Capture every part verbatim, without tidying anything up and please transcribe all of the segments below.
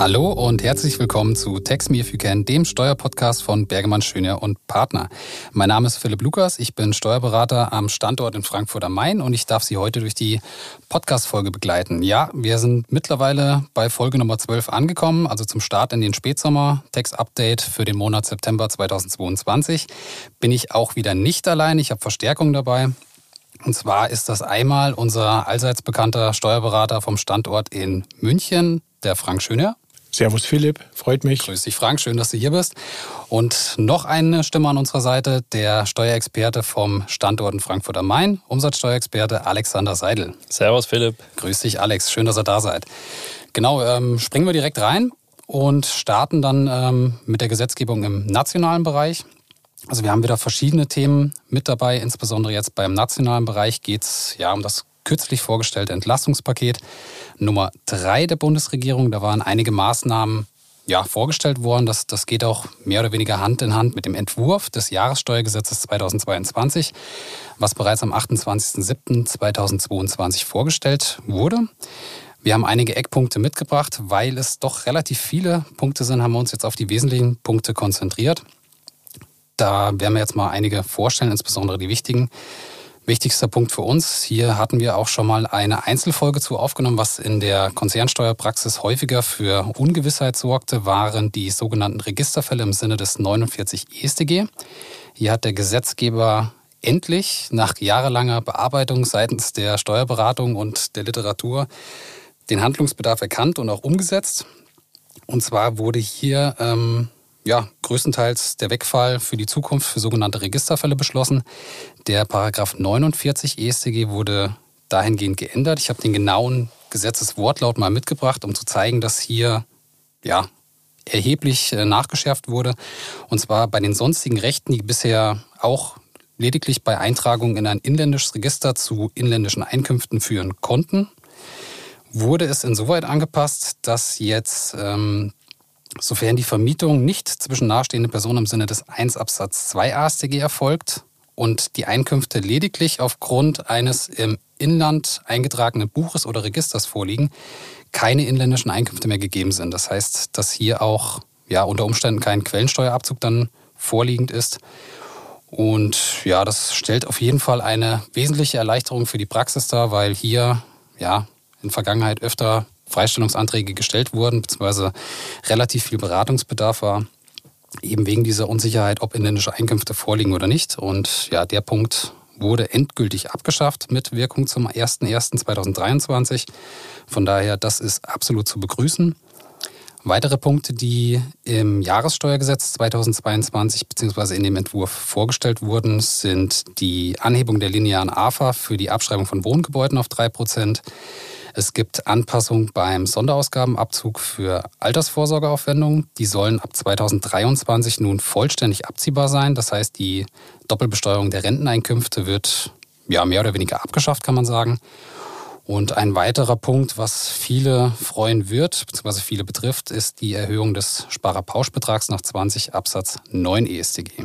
Hallo und herzlich willkommen zu Tax Me If You Can, dem Steuerpodcast von Bergemann Schöner und Partner. Mein Name ist Philipp Lukas, ich bin Steuerberater am Standort in Frankfurt am Main und ich darf Sie heute durch die Podcast-Folge begleiten. Ja, wir sind mittlerweile bei Folge Nummer zwölf angekommen, also zum Start in den Spätsommer. Tax-Update für den Monat September zweitausendzweiundzwanzig. Bin ich auch wieder nicht allein, ich habe Verstärkung dabei. Und zwar ist das einmal unser allseits bekannter Steuerberater vom Standort in München, der Frank Schöner. Servus Philipp, freut mich. Grüß dich Frank, schön, dass du hier bist. Und noch eine Stimme an unserer Seite, der Steuerexperte vom Standort in Frankfurt am Main, Umsatzsteuerexperte Alexander Seidel. Servus Philipp. Grüß dich Alex, schön, dass ihr da seid. Genau, ähm, springen wir direkt rein und starten dann ähm, mit der Gesetzgebung im nationalen Bereich. Also wir haben wieder verschiedene Themen mit dabei, insbesondere jetzt beim nationalen Bereich geht es ja um das kürzlich vorgestellte Entlastungspaket Nummer drei der Bundesregierung. Da waren einige Maßnahmen ja, vorgestellt worden. Das, das geht auch mehr oder weniger Hand in Hand mit dem Entwurf des Jahressteuergesetzes zweitausendzweiundzwanzig, was bereits am achtundzwanzigsten siebten zweitausendzweiundzwanzig vorgestellt wurde. Wir haben einige Eckpunkte mitgebracht. Weil es doch relativ viele Punkte sind, haben wir uns jetzt auf die wesentlichen Punkte konzentriert. Da werden wir jetzt mal einige vorstellen, insbesondere die wichtigen. Wichtigster Punkt für uns, hier hatten wir auch schon mal eine Einzelfolge zu aufgenommen, was in der Konzernsteuerpraxis häufiger für Ungewissheit sorgte, waren die sogenannten Registerfälle im Sinne des neunundvierzig E S tG. Hier hat der Gesetzgeber endlich nach jahrelanger Bearbeitung seitens der Steuerberatung und der Literatur den Handlungsbedarf erkannt und auch umgesetzt. Und zwar wurde hier ähm, ja, größtenteils der Wegfall für die Zukunft für sogenannte Registerfälle beschlossen. Der Paragraph neunundvierzig E S tG wurde dahingehend geändert. Ich habe den genauen Gesetzeswortlaut mal mitgebracht, um zu zeigen, dass hier ja, erheblich nachgeschärft wurde. Und zwar bei den sonstigen Rechten, die bisher auch lediglich bei Eintragung in ein inländisches Register zu inländischen Einkünften führen konnten, wurde es insoweit angepasst, dass jetzt ähm, sofern die Vermietung nicht zwischen nahestehenden Personen im Sinne des eins Absatz zwei A S tG erfolgt und die Einkünfte lediglich aufgrund eines im Inland eingetragenen Buches oder Registers vorliegen, keine inländischen Einkünfte mehr gegeben sind. Das heißt, dass hier auch ja, unter Umständen kein Quellensteuerabzug dann vorliegend ist. Und ja, das stellt auf jeden Fall eine wesentliche Erleichterung für die Praxis dar, weil hier ja in der Vergangenheit öfter Freistellungsanträge gestellt wurden, beziehungsweise relativ viel Beratungsbedarf war, eben wegen dieser Unsicherheit, ob inländische Einkünfte vorliegen oder nicht. Und ja, der Punkt wurde endgültig abgeschafft mit Wirkung zum ersten ersten zweitausenddreiundzwanzig. Von daher, das ist absolut zu begrüßen. Weitere Punkte, die im Jahressteuergesetz zweitausendzweiundzwanzig bzw. in dem Entwurf vorgestellt wurden, sind die Anhebung der linearen A F A für die Abschreibung von Wohngebäuden auf drei Prozent. Es gibt Anpassungen beim Sonderausgabenabzug für Altersvorsorgeaufwendungen. Die sollen ab zweitausenddreiundzwanzig nun vollständig abziehbar sein. Das heißt, die Doppelbesteuerung der Renteneinkünfte wird ja, mehr oder weniger abgeschafft, kann man sagen. Und ein weiterer Punkt, was viele freuen wird, beziehungsweise viele betrifft, ist die Erhöhung des Sparerpauschbetrags nach zwanzig Absatz neun E S tG.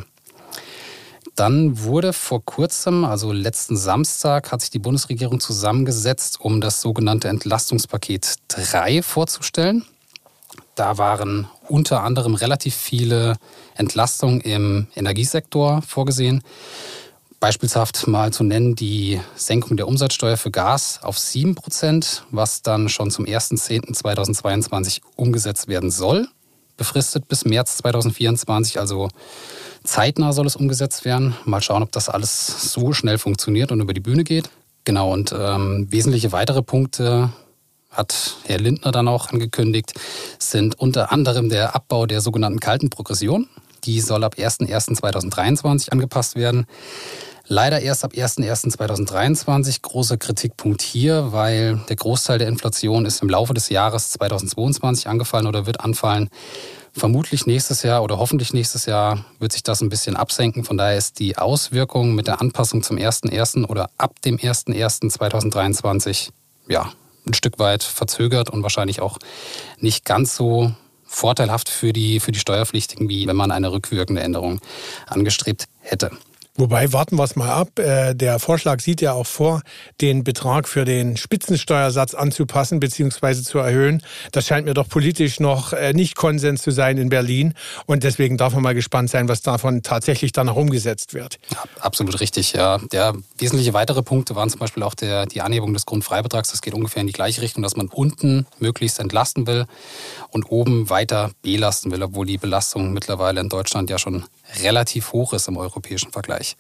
Dann wurde vor kurzem, also letzten Samstag, hat sich die Bundesregierung zusammengesetzt, um das sogenannte Entlastungspaket drei vorzustellen. Da waren unter anderem relativ viele Entlastungen im Energiesektor vorgesehen. Beispielshaft mal zu nennen die Senkung der Umsatzsteuer für Gas auf sieben Prozent, was dann schon zum ersten zehnten zweitausendzweiundzwanzig umgesetzt werden soll. Befristet bis März zweitausendvierundzwanzig, also zeitnah soll es umgesetzt werden. Mal schauen, ob das alles so schnell funktioniert und über die Bühne geht. Genau, und ähm, wesentliche weitere Punkte hat Herr Lindner dann auch angekündigt, sind unter anderem der Abbau der sogenannten kalten Progression. Die soll ab ersten ersten zweitausenddreiundzwanzig angepasst werden. Leider erst ab ersten ersten zweitausenddreiundzwanzig. Großer Kritikpunkt hier, weil der Großteil der Inflation ist im Laufe des Jahres zweitausendzweiundzwanzig angefallen oder wird anfallen. Vermutlich nächstes Jahr oder hoffentlich nächstes Jahr wird sich das ein bisschen absenken. Von daher ist die Auswirkung mit der Anpassung zum ersten ersten oder ab dem ersten ersten zweitausenddreiundzwanzig ja, ein Stück weit verzögert und wahrscheinlich auch nicht ganz so vorteilhaft für die, für die Steuerpflichtigen, wie wenn man eine rückwirkende Änderung angestrebt hätte. Wobei, warten wir es mal ab. Der Vorschlag sieht ja auch vor, den Betrag für den Spitzensteuersatz anzupassen bzw. zu erhöhen. Das scheint mir doch politisch noch nicht Konsens zu sein in Berlin. Und deswegen darf man mal gespannt sein, was davon tatsächlich dann auch umgesetzt wird. Ja, absolut richtig, ja. Der wesentliche weitere Punkte waren zum Beispiel auch der, die Anhebung des Grundfreibetrags. Das geht ungefähr in die gleiche Richtung, dass man unten möglichst entlasten will und oben weiter belasten will, obwohl die Belastung mittlerweile in Deutschland ja schon relativ hoch ist im europäischen Vergleich.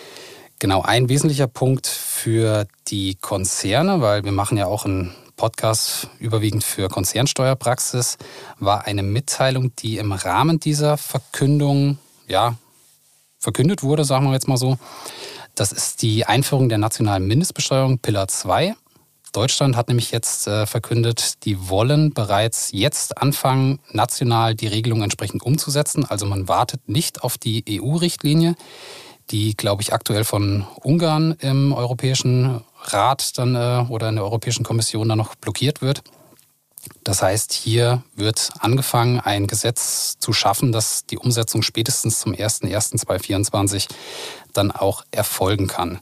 Genau, ein wesentlicher Punkt für die Konzerne, weil wir machen ja auch einen Podcast überwiegend für Konzernsteuerpraxis, war eine Mitteilung, die im Rahmen dieser Verkündung, ja, verkündet wurde, sagen wir jetzt mal so. Das ist die Einführung der nationalen Mindestbesteuerung Pillar zwei. Deutschland hat nämlich jetzt äh, verkündet, die wollen bereits jetzt anfangen, national die Regelung entsprechend umzusetzen. Also man wartet nicht auf die E U-Richtlinie, die, glaube ich, aktuell von Ungarn im Europäischen Rat dann äh, oder in der Europäischen Kommission dann noch blockiert wird. Das heißt, hier wird angefangen, ein Gesetz zu schaffen, das die Umsetzung spätestens zum erster erster zweitausendvierundzwanzig dann auch erfolgen kann.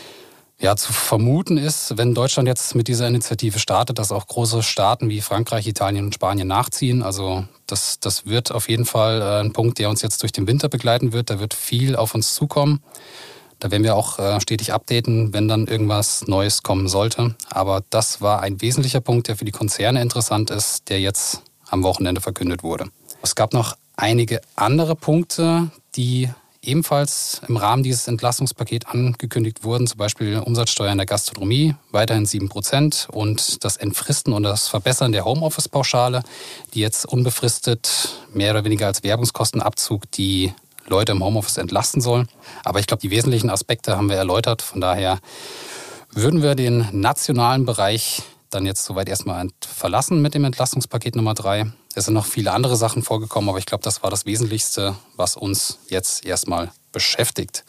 Ja, zu vermuten ist, wenn Deutschland jetzt mit dieser Initiative startet, dass auch große Staaten wie Frankreich, Italien und Spanien nachziehen. Also das, das wird auf jeden Fall ein Punkt, der uns jetzt durch den Winter begleiten wird. Da wird viel auf uns zukommen. Da werden wir auch stetig updaten, wenn dann irgendwas Neues kommen sollte. Aber das war ein wesentlicher Punkt, der für die Konzerne interessant ist, der jetzt am Wochenende verkündet wurde. Es gab noch einige andere Punkte, die ebenfalls im Rahmen dieses Entlastungspakets angekündigt wurden, zum Beispiel Umsatzsteuer in der Gastronomie, weiterhin sieben Prozent und das Entfristen und das Verbessern der Homeoffice-Pauschale, die jetzt unbefristet mehr oder weniger als Werbungskostenabzug die Leute im Homeoffice entlasten soll. Aber ich glaube, die wesentlichen Aspekte haben wir erläutert. Von daher würden wir den nationalen Bereich dann jetzt soweit erstmal verlassen mit dem Entlastungspaket Nummer drei. Es sind noch viele andere Sachen vorgekommen, aber ich glaube, das war das Wesentlichste, was uns jetzt erstmal beschäftigt.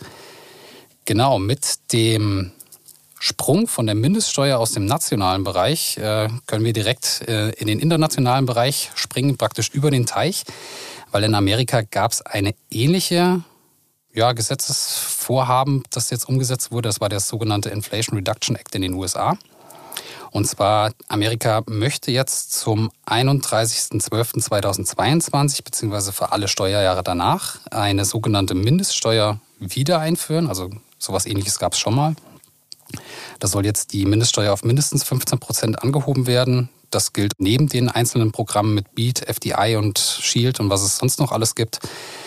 Genau, mit dem Sprung von der Mindeststeuer aus dem nationalen Bereich äh, können wir direkt äh, in den internationalen Bereich springen, praktisch über den Teich, weil in Amerika gab es eine ähnliche ja, Gesetzesvorhaben, das jetzt umgesetzt wurde. Das war der sogenannte Inflation Reduction Act in den U S A. Und zwar, Amerika möchte jetzt zum einunddreißigsten zwölften zweitausendzweiundzwanzig beziehungsweise für alle Steuerjahre danach eine sogenannte Mindeststeuer wieder einführen. Also sowas Ähnliches gab es schon mal. Da soll jetzt die Mindeststeuer auf mindestens fünfzehn Prozent angehoben werden. Das gilt neben den einzelnen Programmen mit BEAT, F D I und SHIELD und was es sonst noch alles gibt.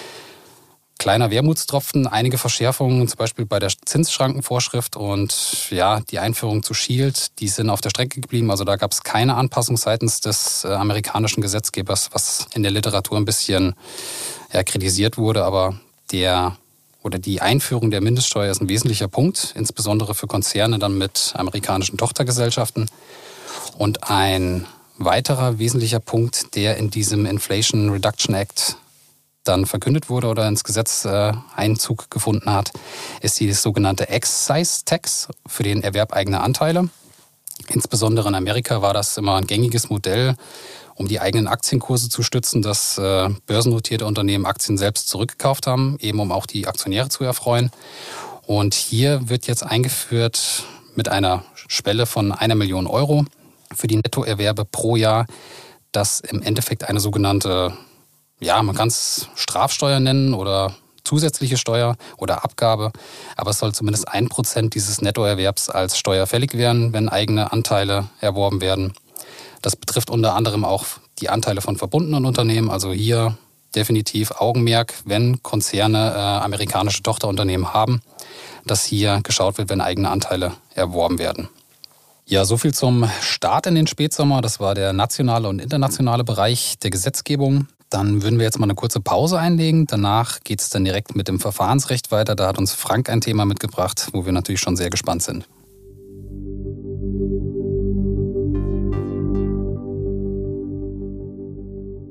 Kleiner Wermutstropfen, einige Verschärfungen, zum Beispiel bei der Zinsschrankenvorschrift und ja, die Einführung zu SHIELD, die sind auf der Strecke geblieben. Also da gab es keine Anpassung seitens des äh, amerikanischen Gesetzgebers, was in der Literatur ein bisschen ja, kritisiert wurde. Aber der oder die Einführung der Mindeststeuer ist ein wesentlicher Punkt, insbesondere für Konzerne dann mit amerikanischen Tochtergesellschaften. Und ein weiterer wesentlicher Punkt, der in diesem Inflation Reduction Act dann verkündet wurde oder ins Gesetz äh, Einzug gefunden hat, ist die sogenannte Excise Tax für den Erwerb eigener Anteile. Insbesondere in Amerika war das immer ein gängiges Modell, um die eigenen Aktienkurse zu stützen, dass äh, börsennotierte Unternehmen Aktien selbst zurückgekauft haben, eben um auch die Aktionäre zu erfreuen. Und hier wird jetzt eingeführt mit einer Schwelle von einer Million Euro für die Nettoerwerbe pro Jahr, dass im Endeffekt eine sogenannte, ja, man kann es Strafsteuer nennen oder zusätzliche Steuer oder Abgabe, aber es soll zumindest ein Prozent dieses Nettoerwerbs als Steuer fällig werden, wenn eigene Anteile erworben werden. Das betrifft unter anderem auch die Anteile von verbundenen Unternehmen, also hier definitiv Augenmerk, wenn Konzerne äh, amerikanische Tochterunternehmen haben, dass hier geschaut wird, wenn eigene Anteile erworben werden. Ja, soviel zum Start in den Spätsommer. Das war der nationale und internationale Bereich der Gesetzgebung. Dann würden wir jetzt mal eine kurze Pause einlegen. Danach geht es dann direkt mit dem Verfahrensrecht weiter. Da hat uns Frank ein Thema mitgebracht, wo wir natürlich schon sehr gespannt sind.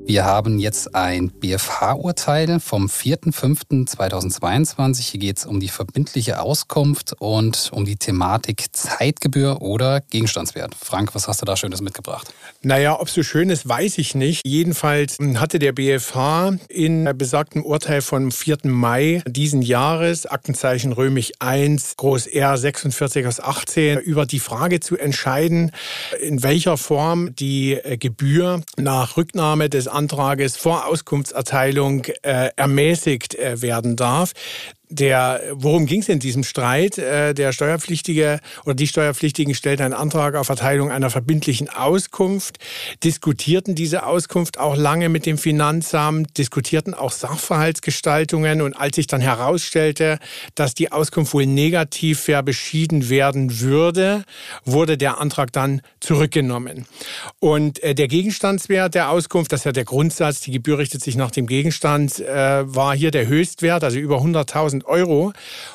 Wir haben jetzt ein B F H-Urteil vom vierten fünften zweitausendzweiundzwanzig. Hier geht es um die verbindliche Auskunft und um die Thematik Zeitgebühr oder Gegenstandswert. Frank, was hast du da Schönes mitgebracht? Naja, ob so schön ist, weiß ich nicht. Jedenfalls hatte der B F H in besagtem Urteil vom vierten Mai diesen Jahres, Aktenzeichen römisch eins, Groß R sechsundvierzig aus achtzehn, über die Frage zu entscheiden, in welcher Form die Gebühr nach Rücknahme des Antrages vor Auskunftserteilung äh, ermäßigt äh, werden darf. Der, worum ging es in diesem Streit? Der Steuerpflichtige oder die Steuerpflichtigen stellten einen Antrag auf Erteilung einer verbindlichen Auskunft, diskutierten diese Auskunft auch lange mit dem Finanzamt, diskutierten auch Sachverhaltsgestaltungen und als sich dann herausstellte, dass die Auskunft wohl negativ verbeschieden werden würde, wurde der Antrag dann zurückgenommen. Und der Gegenstandswert der Auskunft, das ist ja der Grundsatz, die Gebühr richtet sich nach dem Gegenstand, war hier der Höchstwert, also über hunderttausend Euro.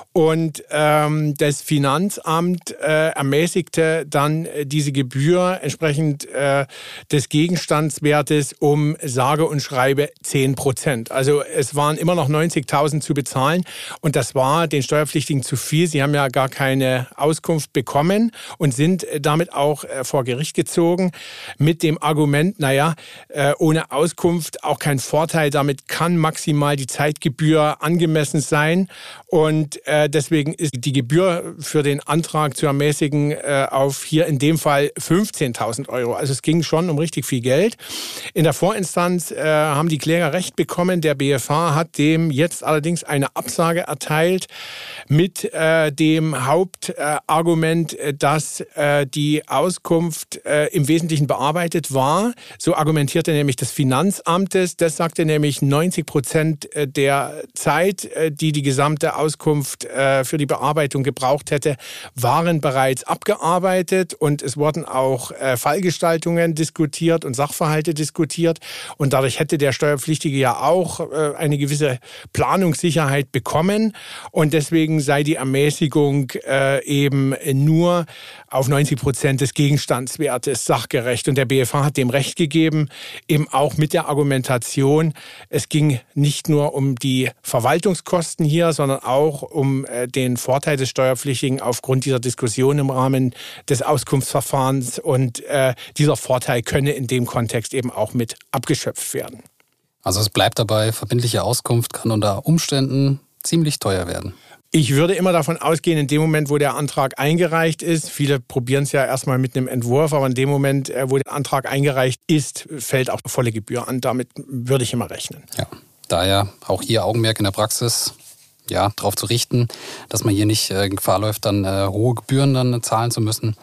Und ähm, das Finanzamt äh, ermäßigte dann äh, diese Gebühr entsprechend äh, des Gegenstandswertes um sage und schreibe zehn Prozent. Also es waren immer noch neunzigtausend zu bezahlen und das war den Steuerpflichtigen zu viel. Sie haben ja gar keine Auskunft bekommen und sind damit auch äh, vor Gericht gezogen mit dem Argument, naja, äh, ohne Auskunft auch kein Vorteil. Damit kann maximal die Zeitgebühr angemessen sein und äh, deswegen ist die Gebühr für den Antrag zu ermäßigen äh, auf hier in dem Fall fünfzehntausend Euro. Also es ging schon um richtig viel Geld. In der Vorinstanz äh, haben die Kläger Recht bekommen. Der B F H hat dem jetzt allerdings eine Absage erteilt mit äh, dem Hauptargument, äh, dass äh, die Auskunft äh, im Wesentlichen bearbeitet war. So argumentierte nämlich das Finanzamtes. Das sagte nämlich neunzig Prozent der Zeit, äh, die die gesamte Auskunft für die Bearbeitung gebraucht hätte, waren bereits abgearbeitet und es wurden auch Fallgestaltungen diskutiert und Sachverhalte diskutiert und dadurch hätte der Steuerpflichtige ja auch eine gewisse Planungssicherheit bekommen und deswegen sei die Ermäßigung eben nur auf neunzig Prozent des Gegenstandswertes sachgerecht und der B F H hat dem Recht gegeben, eben auch mit der Argumentation, es ging nicht nur um die Verwaltungskosten hier, sondern auch um den Vorteil des Steuerpflichtigen aufgrund dieser Diskussion im Rahmen des Auskunftsverfahrens und äh, dieser Vorteil könne in dem Kontext eben auch mit abgeschöpft werden. Also es bleibt dabei, verbindliche Auskunft kann unter Umständen ziemlich teuer werden. Ich würde immer davon ausgehen, in dem Moment, wo der Antrag eingereicht ist, viele probieren es ja erstmal mit einem Entwurf, aber in dem Moment, wo der Antrag eingereicht ist, fällt auch volle Gebühr an. Damit würde ich immer rechnen. Ja, daher auch hier Augenmerk in der Praxis. Ja, darauf zu richten, dass man hier nicht äh, Gefahr läuft, dann äh, hohe Gebühren dann äh, zahlen zu müssen.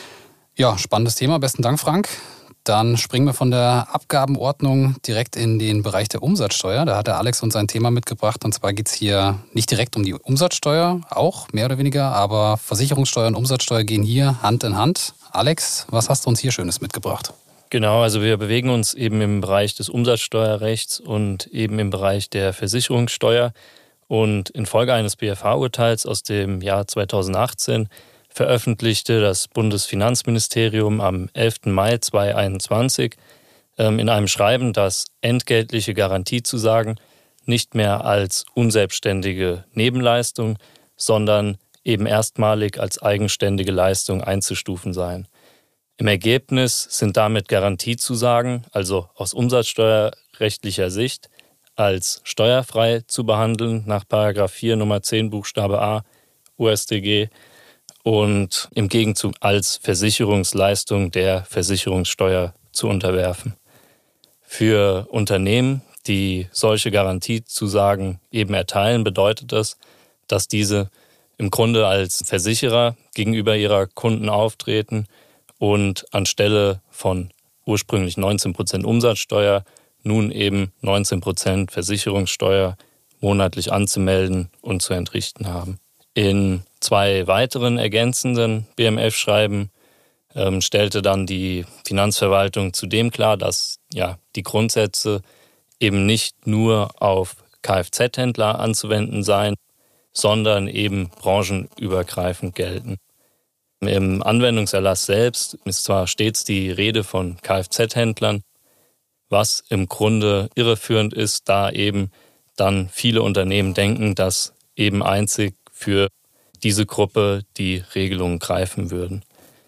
Ja, spannendes Thema. Besten Dank, Frank. Dann springen wir von der Abgabenordnung direkt in den Bereich der Umsatzsteuer. Da hat der Alex uns ein Thema mitgebracht. Und zwar geht es hier nicht direkt um die Umsatzsteuer, auch mehr oder weniger, aber Versicherungssteuer und Umsatzsteuer gehen hier Hand in Hand. Alex, was hast du uns hier Schönes mitgebracht? Genau, also wir bewegen uns eben im Bereich des Umsatzsteuerrechts und eben im Bereich der Versicherungssteuer. Und infolge eines B F H-Urteils aus dem Jahr zweitausendachtzehn veröffentlichte das Bundesfinanzministerium am elften Mai zweitausendeinundzwanzig ähm, in einem Schreiben, dass entgeltliche Garantiezusagen nicht mehr als unselbstständige Nebenleistung, sondern eben erstmalig als eigenständige Leistung einzustufen seien. Im Ergebnis sind damit Garantiezusagen, also aus umsatzsteuerrechtlicher Sicht, als steuerfrei zu behandeln nach Paragraph vier Nummer zehn Buchstabe a U S D G und im Gegenzug als Versicherungsleistung der Versicherungssteuer zu unterwerfen. Für Unternehmen, die solche Garantiezusagen eben erteilen, bedeutet das, dass diese im Grunde als Versicherer gegenüber ihrer Kunden auftreten und anstelle von ursprünglich neunzehn Prozent Umsatzsteuer nun eben neunzehn Prozent Versicherungssteuer monatlich anzumelden und zu entrichten haben. In zwei weiteren ergänzenden B M F-Schreiben ähm, stellte dann die Finanzverwaltung zudem klar, dass ja die Grundsätze eben nicht nur auf Kfz-Händler anzuwenden seien, sondern eben branchenübergreifend gelten. Im Anwendungserlass selbst ist zwar stets die Rede von Kfz-Händlern, was im Grunde irreführend ist, da eben dann viele Unternehmen denken, dass eben einzig für diese Gruppe die Regelungen greifen würden.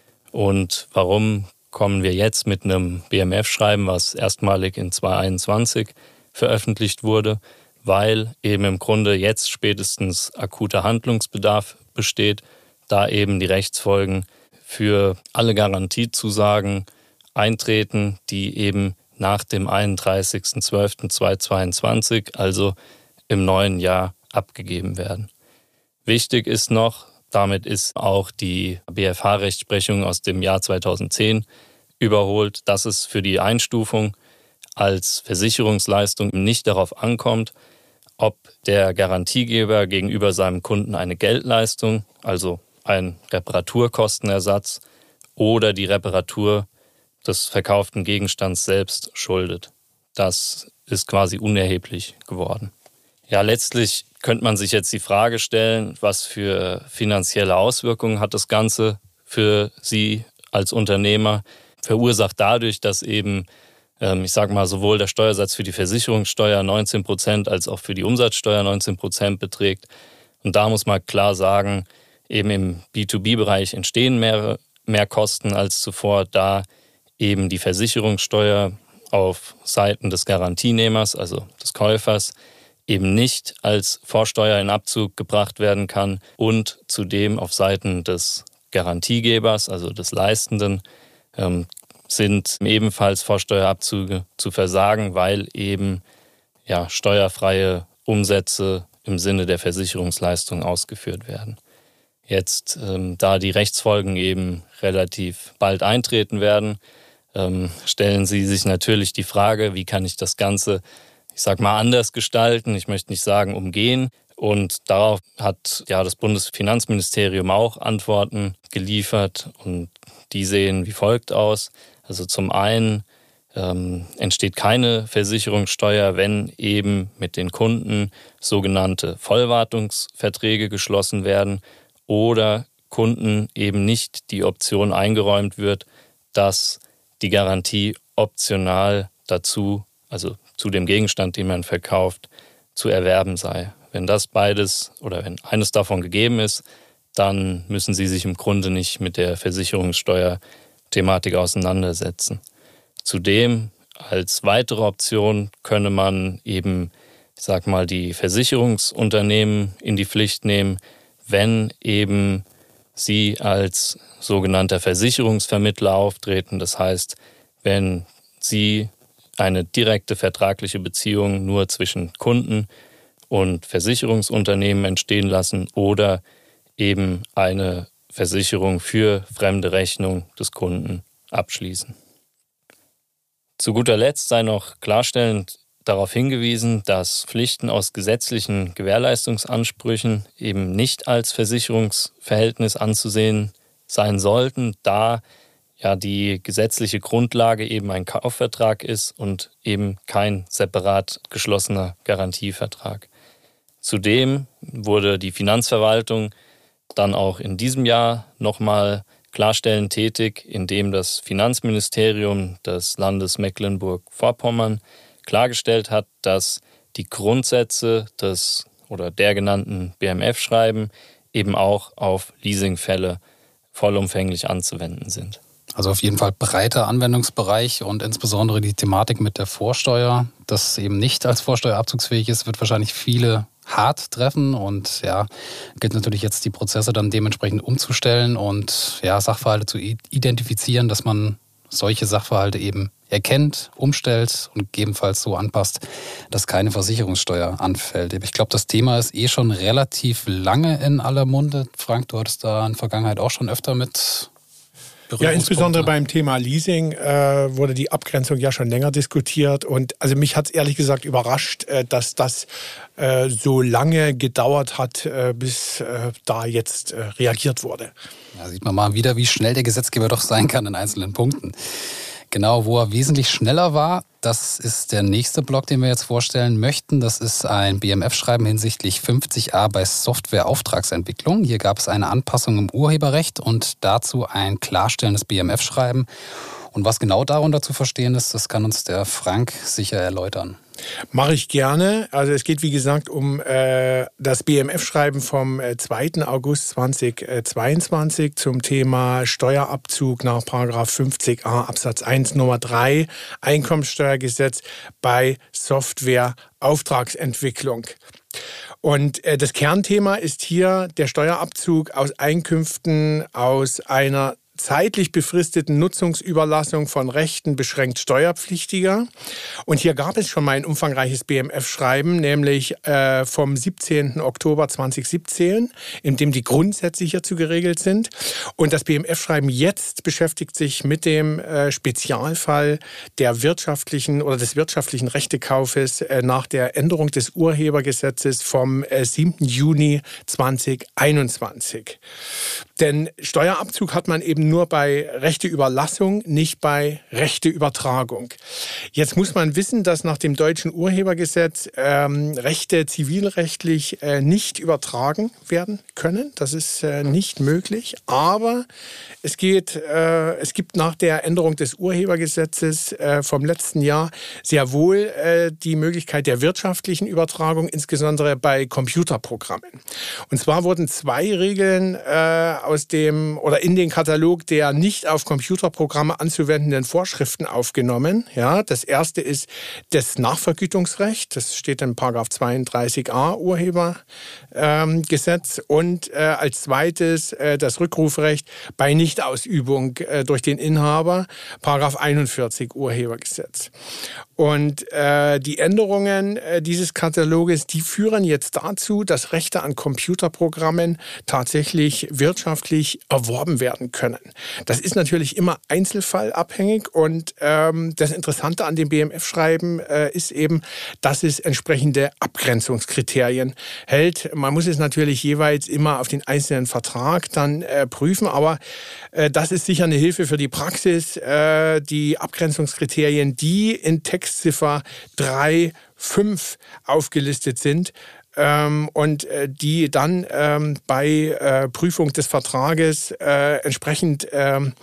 Und warum kommen wir jetzt mit einem B M F-Schreiben, was erstmalig in zweitausendeinundzwanzig veröffentlicht wurde, weil eben im Grunde jetzt spätestens akuter Handlungsbedarf besteht, da eben die Rechtsfolgen für alle Garantiezusagen eintreten, die eben nach dem einunddreißigsten zwölften zweitausendzweiundzwanzig, also im neuen Jahr, abgegeben werden. Wichtig ist noch, damit ist auch die B F H-Rechtsprechung aus dem Jahr zweitausendzehn überholt, dass es für die Einstufung als Versicherungsleistung nicht darauf ankommt, ob der Garantiegeber gegenüber seinem Kunden eine Geldleistung, also ein Reparaturkostenersatz oder die Reparatur des verkauften Gegenstands selbst schuldet. Das ist quasi unerheblich geworden. Ja, letztlich könnte man sich jetzt die Frage stellen, was für finanzielle Auswirkungen hat das Ganze für Sie als Unternehmer? Verursacht dadurch, dass eben, ich sage mal, sowohl der Steuersatz für die Versicherungssteuer neunzehn Prozent als auch für die Umsatzsteuer neunzehn Prozent beträgt. Und da muss man klar sagen, eben im B zwei B-Bereich entstehen mehr, mehr Kosten als zuvor, da eben die Versicherungssteuer auf Seiten des Garantienehmers, also des Käufers, eben nicht als Vorsteuer in Abzug gebracht werden kann und zudem auf Seiten des Garantiegebers, also des Leistenden, ähm, sind ebenfalls Vorsteuerabzüge zu versagen, weil eben ja, steuerfreie Umsätze im Sinne der Versicherungsleistung ausgeführt werden. Jetzt, ähm, da die Rechtsfolgen eben relativ bald eintreten werden, ähm, stellen Sie sich natürlich die Frage, wie kann ich das Ganze, ich sag mal, anders gestalten, ich möchte nicht sagen umgehen. Und darauf hat ja das Bundesfinanzministerium auch Antworten geliefert und die sehen wie folgt aus. Also zum einen ähm, entsteht keine Versicherungssteuer, wenn eben mit den Kunden sogenannte Vollwartungsverträge geschlossen werden oder Kunden eben nicht die Option eingeräumt wird, dass die Garantie optional dazu, also zu dem Gegenstand, den man verkauft, zu erwerben sei. Wenn das beides oder wenn eines davon gegeben ist, dann müssen Sie sich im Grunde nicht mit der Versicherungssteuer-Thematik auseinandersetzen. Zudem als weitere Option könne man eben, ich sag mal, die Versicherungsunternehmen in die Pflicht nehmen, wenn eben sie als sogenannter Versicherungsvermittler auftreten. Das heißt, wenn sie eine direkte vertragliche Beziehung nur zwischen Kunden und Versicherungsunternehmen entstehen lassen oder eben eine Versicherung für fremde Rechnung des Kunden abschließen. Zu guter Letzt sei noch klarstellend darauf hingewiesen, dass Pflichten aus gesetzlichen Gewährleistungsansprüchen eben nicht als Versicherungsverhältnis anzusehen sein sollten, da ja die gesetzliche Grundlage eben ein Kaufvertrag ist und eben kein separat geschlossener Garantievertrag. Zudem wurde die Finanzverwaltung dann auch in diesem Jahr nochmal klarstellend tätig, indem das Finanzministerium des Landes Mecklenburg-Vorpommern klargestellt hat, dass die Grundsätze des oder der genannten B M F-Schreiben eben auch auf Leasingfälle vollumfänglich anzuwenden sind. Also auf jeden Fall breiter Anwendungsbereich und insbesondere die Thematik mit der Vorsteuer, das eben nicht als Vorsteuer abzugsfähig ist, wird wahrscheinlich viele hart treffen und ja, gilt natürlich jetzt die Prozesse dann dementsprechend umzustellen und ja, Sachverhalte zu identifizieren, dass man solche Sachverhalte eben erkennt, umstellt und gegebenenfalls so anpasst, dass keine Versicherungssteuer anfällt. Ich glaube, das Thema ist eh schon relativ lange in aller Munde. Frank, du hattest da in der Vergangenheit auch schon öfter mit Ja, insbesondere beim Thema Leasing äh, wurde die Abgrenzung ja schon länger diskutiert. Und also mich hat es ehrlich gesagt überrascht, äh, dass das äh, so lange gedauert hat, äh, bis äh, da jetzt äh, reagiert wurde. Ja, sieht man mal wieder, wie schnell der Gesetzgeber doch sein kann in einzelnen Punkten. Genau, wo er wesentlich schneller war, Das ist der nächste Block, den wir jetzt vorstellen möchten. Das ist ein B M F-Schreiben hinsichtlich fünfzig a bei Software-Auftragsentwicklung. Hier gab es eine Anpassung im Urheberrecht und dazu ein klarstellendes B M F-Schreiben. Und was genau darunter zu verstehen ist, das kann uns der Frank sicher erläutern. Mache ich gerne. Also es geht wie gesagt um äh, das B M F-Schreiben vom äh, zweiten August zweitausendzweiundzwanzig zum Thema Steuerabzug nach Paragraph fünfzig a Absatz eins Nummer drei Einkommensteuergesetz bei Software-Auftragsentwicklung. Und äh, das Kernthema ist hier der Steuerabzug aus Einkünften aus einer zeitlich befristeten Nutzungsüberlassung von Rechten beschränkt Steuerpflichtiger. Und hier gab es schon mal ein umfangreiches B M F-Schreiben, nämlich äh, vom siebzehnten Oktober zweitausendsiebzehn, in dem die Grundsätze hierzu geregelt sind. Und das B M F-Schreiben jetzt beschäftigt sich mit dem äh, Spezialfall der wirtschaftlichen oder des wirtschaftlichen Rechtekaufes äh, nach der Änderung des Urhebergesetzes vom äh, siebten Juni zweitausendeinundzwanzig. Denn Steuerabzug hat man eben nur bei Rechteüberlassung, nicht bei Rechteübertragung. Jetzt muss man wissen, dass nach dem deutschen Urhebergesetz ähm, Rechte zivilrechtlich äh, nicht übertragen werden können. Das ist äh, nicht möglich. Aber es geht, äh, es gibt nach der Änderung des Urhebergesetzes äh, vom letzten Jahr sehr wohl äh, die Möglichkeit der wirtschaftlichen Übertragung, insbesondere bei Computerprogrammen. Und zwar wurden zwei Regeln äh, aus dem oder in den Katalog der nicht auf Computerprogramme anzuwendenden Vorschriften aufgenommen. Ja, das erste ist das Nachvergütungsrecht. Das steht in Paragraph zweiunddreißig a Urhebergesetz. Ähm, und äh, als zweites äh, das Rückrufrecht bei Nichtausübung äh, durch den Inhaber. Paragraph einundvierzig Urhebergesetz. Und äh, die Änderungen äh, dieses Kataloges, die führen jetzt dazu, dass Rechte an Computerprogrammen tatsächlich wirtschaftlich erworben werden können. Das ist natürlich immer einzelfallabhängig und ähm, das Interessante an dem B M F-Schreiben äh, ist eben, dass es entsprechende Abgrenzungskriterien hält. Man muss es natürlich jeweils immer auf den einzelnen Vertrag dann äh, prüfen, aber äh, das ist sicher eine Hilfe für die Praxis. Äh, die Abgrenzungskriterien, die in Textziffer drei Punkt fünf aufgelistet sind, Ähm, und äh, die dann ähm, bei äh, Prüfung des Vertrages äh, entsprechend ähm,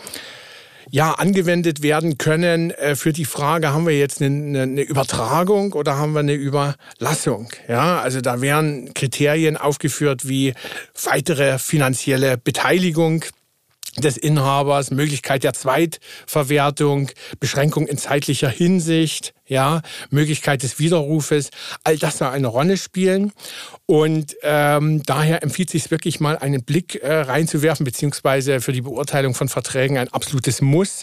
ja, angewendet werden können äh, für die Frage, haben wir jetzt eine, eine Übertragung oder haben wir eine Überlassung? Ja, also da wären Kriterien aufgeführt wie weitere finanzielle Beteiligung des Inhabers, Möglichkeit der Zweitverwertung, Beschränkung in zeitlicher Hinsicht, ja, Möglichkeit des Widerrufes, all das soll eine Rolle spielen. Und ähm, daher empfiehlt es sich wirklich mal einen Blick äh, reinzuwerfen, beziehungsweise für die Beurteilung von Verträgen ein absolutes Muss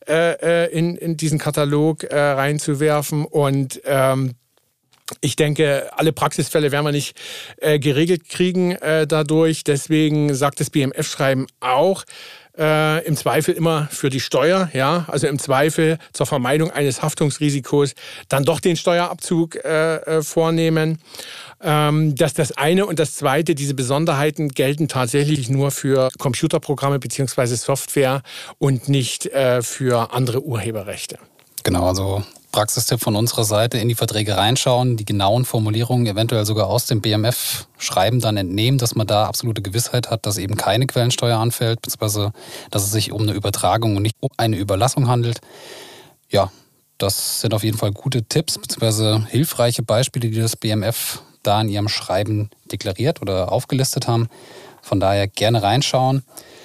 äh, in, in diesen Katalog äh, reinzuwerfen. Und ähm, ich denke, alle Praxisfälle werden wir nicht äh, geregelt kriegen äh, dadurch. Deswegen sagt das B M F-Schreiben auch, äh, im Zweifel immer für die Steuer, ja, also im Zweifel zur Vermeidung eines Haftungsrisikos dann doch den Steuerabzug äh, äh, vornehmen. Ähm, dass das eine und das zweite, diese Besonderheiten gelten tatsächlich nur für Computerprogramme bzw. Software und nicht äh, für andere Urheberrechte. Genau, also Praxistipp von unserer Seite, in die Verträge reinschauen, die genauen Formulierungen eventuell sogar aus dem B M F-Schreiben dann entnehmen, dass man da absolute Gewissheit hat, dass eben keine Quellensteuer anfällt, beziehungsweise dass es sich um eine Übertragung und nicht um eine Überlassung handelt. Ja, das sind auf jeden Fall gute Tipps, beziehungsweise hilfreiche Beispiele, die das B M F da in ihrem Schreiben deklariert oder aufgelistet haben. Von daher gerne reinschauen.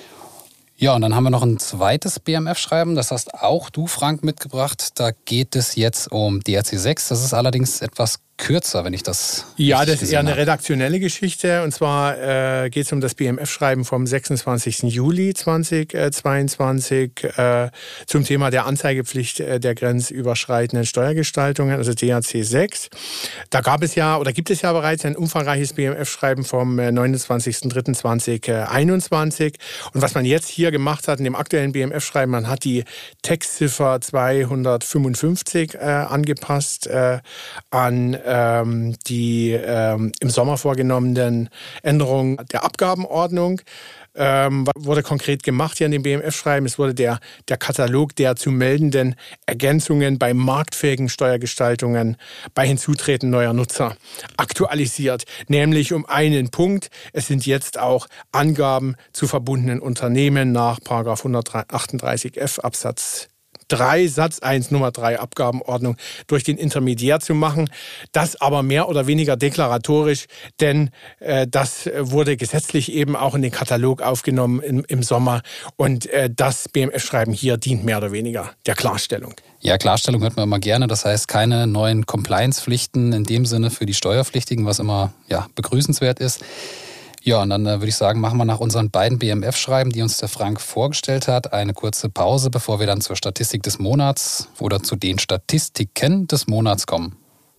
Ja, und dann haben wir noch ein zweites B M F-Schreiben, das hast auch du, Frank, mitgebracht. Da geht es jetzt um D R C sechs. Das ist allerdings etwas kürzer, wenn ich das Ja, das ist eher eine redaktionelle Geschichte. Und zwar äh, geht es um das B M F-Schreiben vom sechsundzwanzigsten Juli zweitausendzweiundzwanzig äh, zum Thema der Anzeigepflicht äh, der grenzüberschreitenden Steuergestaltungen, also D R C sechs. Da gab es ja oder gibt es ja bereits ein umfangreiches B M F-Schreiben vom äh, neunundzwanzigsten dritten zweitausendeinundzwanzig. Und was man jetzt hier gemacht hat in dem aktuellen B M F-Schreiben, man hat die Textziffer zweihundertfünfundfünfzig äh, angepasst äh, an die ähm, im Sommer vorgenommenen Änderungen der Abgabenordnung. ähm, wurde konkret gemacht hier in dem B M F-Schreiben. Es wurde der, der Katalog der zu meldenden Ergänzungen bei marktfähigen Steuergestaltungen bei Hinzutreten neuer Nutzer aktualisiert. Nämlich um einen Punkt. Es sind jetzt auch Angaben zu verbundenen Unternehmen nach Paragraph hundertachtunddreißig F Absatz drei Satz eins Nummer drei Abgabenordnung durch den Intermediär zu machen. Das aber mehr oder weniger deklaratorisch, denn äh, das wurde gesetzlich eben auch in den Katalog aufgenommen im, im Sommer und äh, das B M F-Schreiben hier dient mehr oder weniger der Klarstellung. Ja, Klarstellung hört man immer gerne. Das heißt, keine neuen Compliance-Pflichten in dem Sinne für die Steuerpflichtigen, was immer ja, begrüßenswert ist. Ja, und dann äh, würde ich sagen, machen wir nach unseren beiden B M F-Schreiben, die uns der Frank vorgestellt hat, eine kurze Pause, bevor wir dann zur Statistik des Monats oder zu den Statistiken des Monats kommen.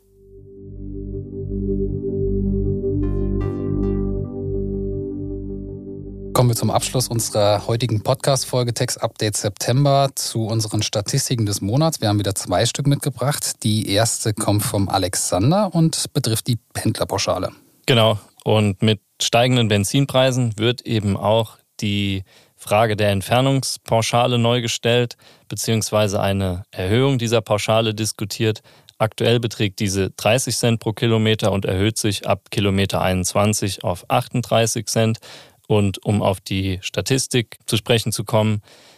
Kommen wir zum Abschluss unserer heutigen Podcast-Folge Tax Update September zu unseren Statistiken des Monats. Wir haben wieder zwei Stück mitgebracht. Die erste kommt vom Alexander und betrifft die Pendlerpauschale. Genau. Und mit steigenden Benzinpreisen wird eben auch die Frage der Entfernungspauschale neu gestellt, beziehungsweise eine Erhöhung dieser Pauschale diskutiert. Aktuell beträgt diese dreißig Cent pro Kilometer und erhöht sich ab Kilometer einundzwanzig auf achtunddreißig Cent. Und um auf die Statistik zu sprechen zu kommen,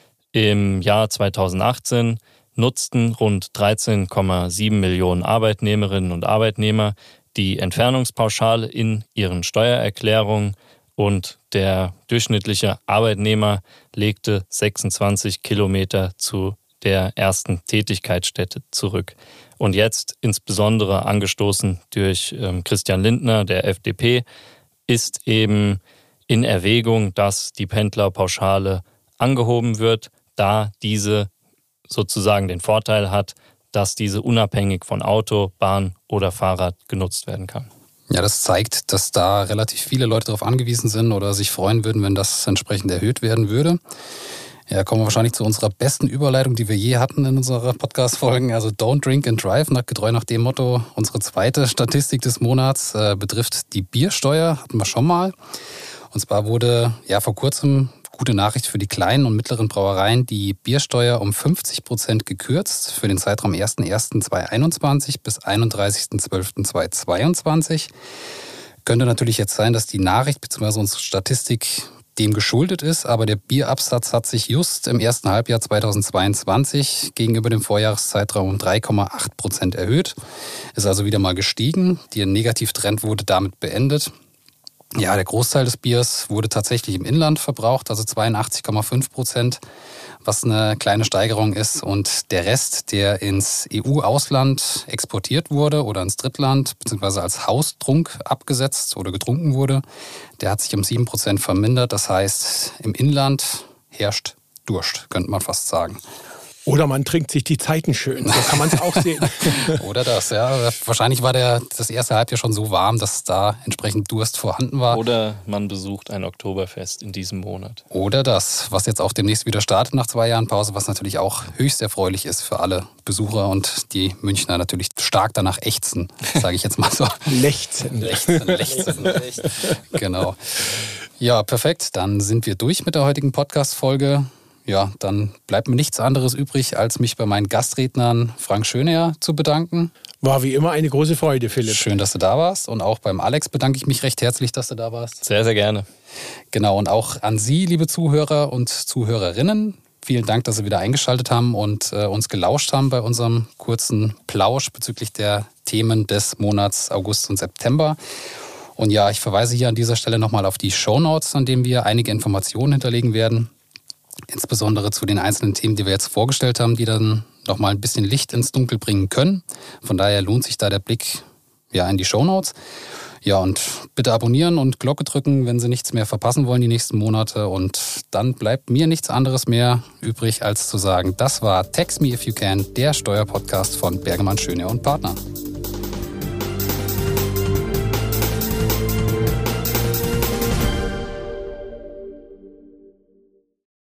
im Jahr zweitausendachtzehn nutzten rund dreizehn Komma sieben Millionen Arbeitnehmerinnen und Arbeitnehmer die Entfernungspauschale in ihren Steuererklärungen und der durchschnittliche Arbeitnehmer legte sechsundzwanzig Kilometer zu der ersten Tätigkeitsstätte zurück. Und jetzt, insbesondere angestoßen durch ähm, Christian Lindner, der F D P, ist eben in Erwägung, dass die Pendlerpauschale angehoben wird, da diese sozusagen den Vorteil hat, dass diese unabhängig von Auto, Bahn oder Fahrrad genutzt werden kann. Ja, das zeigt, dass da relativ viele Leute darauf angewiesen sind oder sich freuen würden, wenn das entsprechend erhöht werden würde. Ja, kommen wir wahrscheinlich zu unserer besten Überleitung, die wir je hatten in unserer Podcast-Folgen. Also Don't Drink and Drive, getreu nach dem Motto. Unsere zweite Statistik des Monats äh, betrifft die Biersteuer, hatten wir schon mal. Und zwar wurde ja vor kurzem, gute Nachricht für die kleinen und mittleren Brauereien, die Biersteuer um fünfzig Prozent gekürzt für den Zeitraum erster erster zweitausendeinundzwanzig bis einunddreißigster zwölfter zweitausendzweiundzwanzig. Könnte natürlich jetzt sein, dass die Nachricht bzw. unsere Statistik dem geschuldet ist, aber der Bierabsatz hat sich just im ersten Halbjahr zweitausendzweiundzwanzig gegenüber dem Vorjahreszeitraum um drei Komma acht Prozent erhöht. Ist also wieder mal gestiegen. Der Negativtrend wurde damit beendet. Ja, der Großteil des Biers wurde tatsächlich im Inland verbraucht, also zweiundachtzig Komma fünf Prozent, was eine kleine Steigerung ist. Und der Rest, der ins E U-Ausland exportiert wurde oder ins Drittland, beziehungsweise als Haustrunk abgesetzt oder getrunken wurde, der hat sich um sieben Prozent vermindert. Das heißt, im Inland herrscht Durst, könnte man fast sagen. Oder man trinkt sich die Zeiten schön, so kann man es auch sehen. Oder das, ja. Wahrscheinlich war der, das erste Halbjahr schon so warm, dass da entsprechend Durst vorhanden war. Oder man besucht ein Oktoberfest in diesem Monat. Oder das, was jetzt auch demnächst wieder startet nach zwei Jahren Pause, was natürlich auch höchst erfreulich ist für alle Besucher und die Münchner natürlich stark danach ächzen, sage ich jetzt mal so. Lechzen. Lechzen, lechzen. Genau. Ja, perfekt. Dann sind wir durch mit der heutigen Podcast-Folge. Ja, dann bleibt mir nichts anderes übrig, als mich bei meinen Gastrednern Frank Schöneher zu bedanken. War wie immer eine große Freude, Philipp. Schön, dass du da warst. Und auch beim Alex bedanke ich mich recht herzlich, dass du da warst. Sehr, sehr gerne. Genau, und auch an Sie, liebe Zuhörer und Zuhörerinnen. Vielen Dank, dass Sie wieder eingeschaltet haben und äh, uns gelauscht haben bei unserem kurzen Plausch bezüglich der Themen des Monats August und September. Und ja, ich verweise hier an dieser Stelle nochmal auf die Shownotes, an denen wir einige Informationen hinterlegen werden. Insbesondere zu den einzelnen Themen, die wir jetzt vorgestellt haben, die dann nochmal ein bisschen Licht ins Dunkel bringen können. Von daher lohnt sich da der Blick ja, in die Shownotes. Ja, und bitte abonnieren und Glocke drücken, wenn Sie nichts mehr verpassen wollen die nächsten Monate. Und dann bleibt mir nichts anderes mehr übrig, als zu sagen, das war Tax Me If You Can, der Steuerpodcast von Bergemann Schöneher und Partner.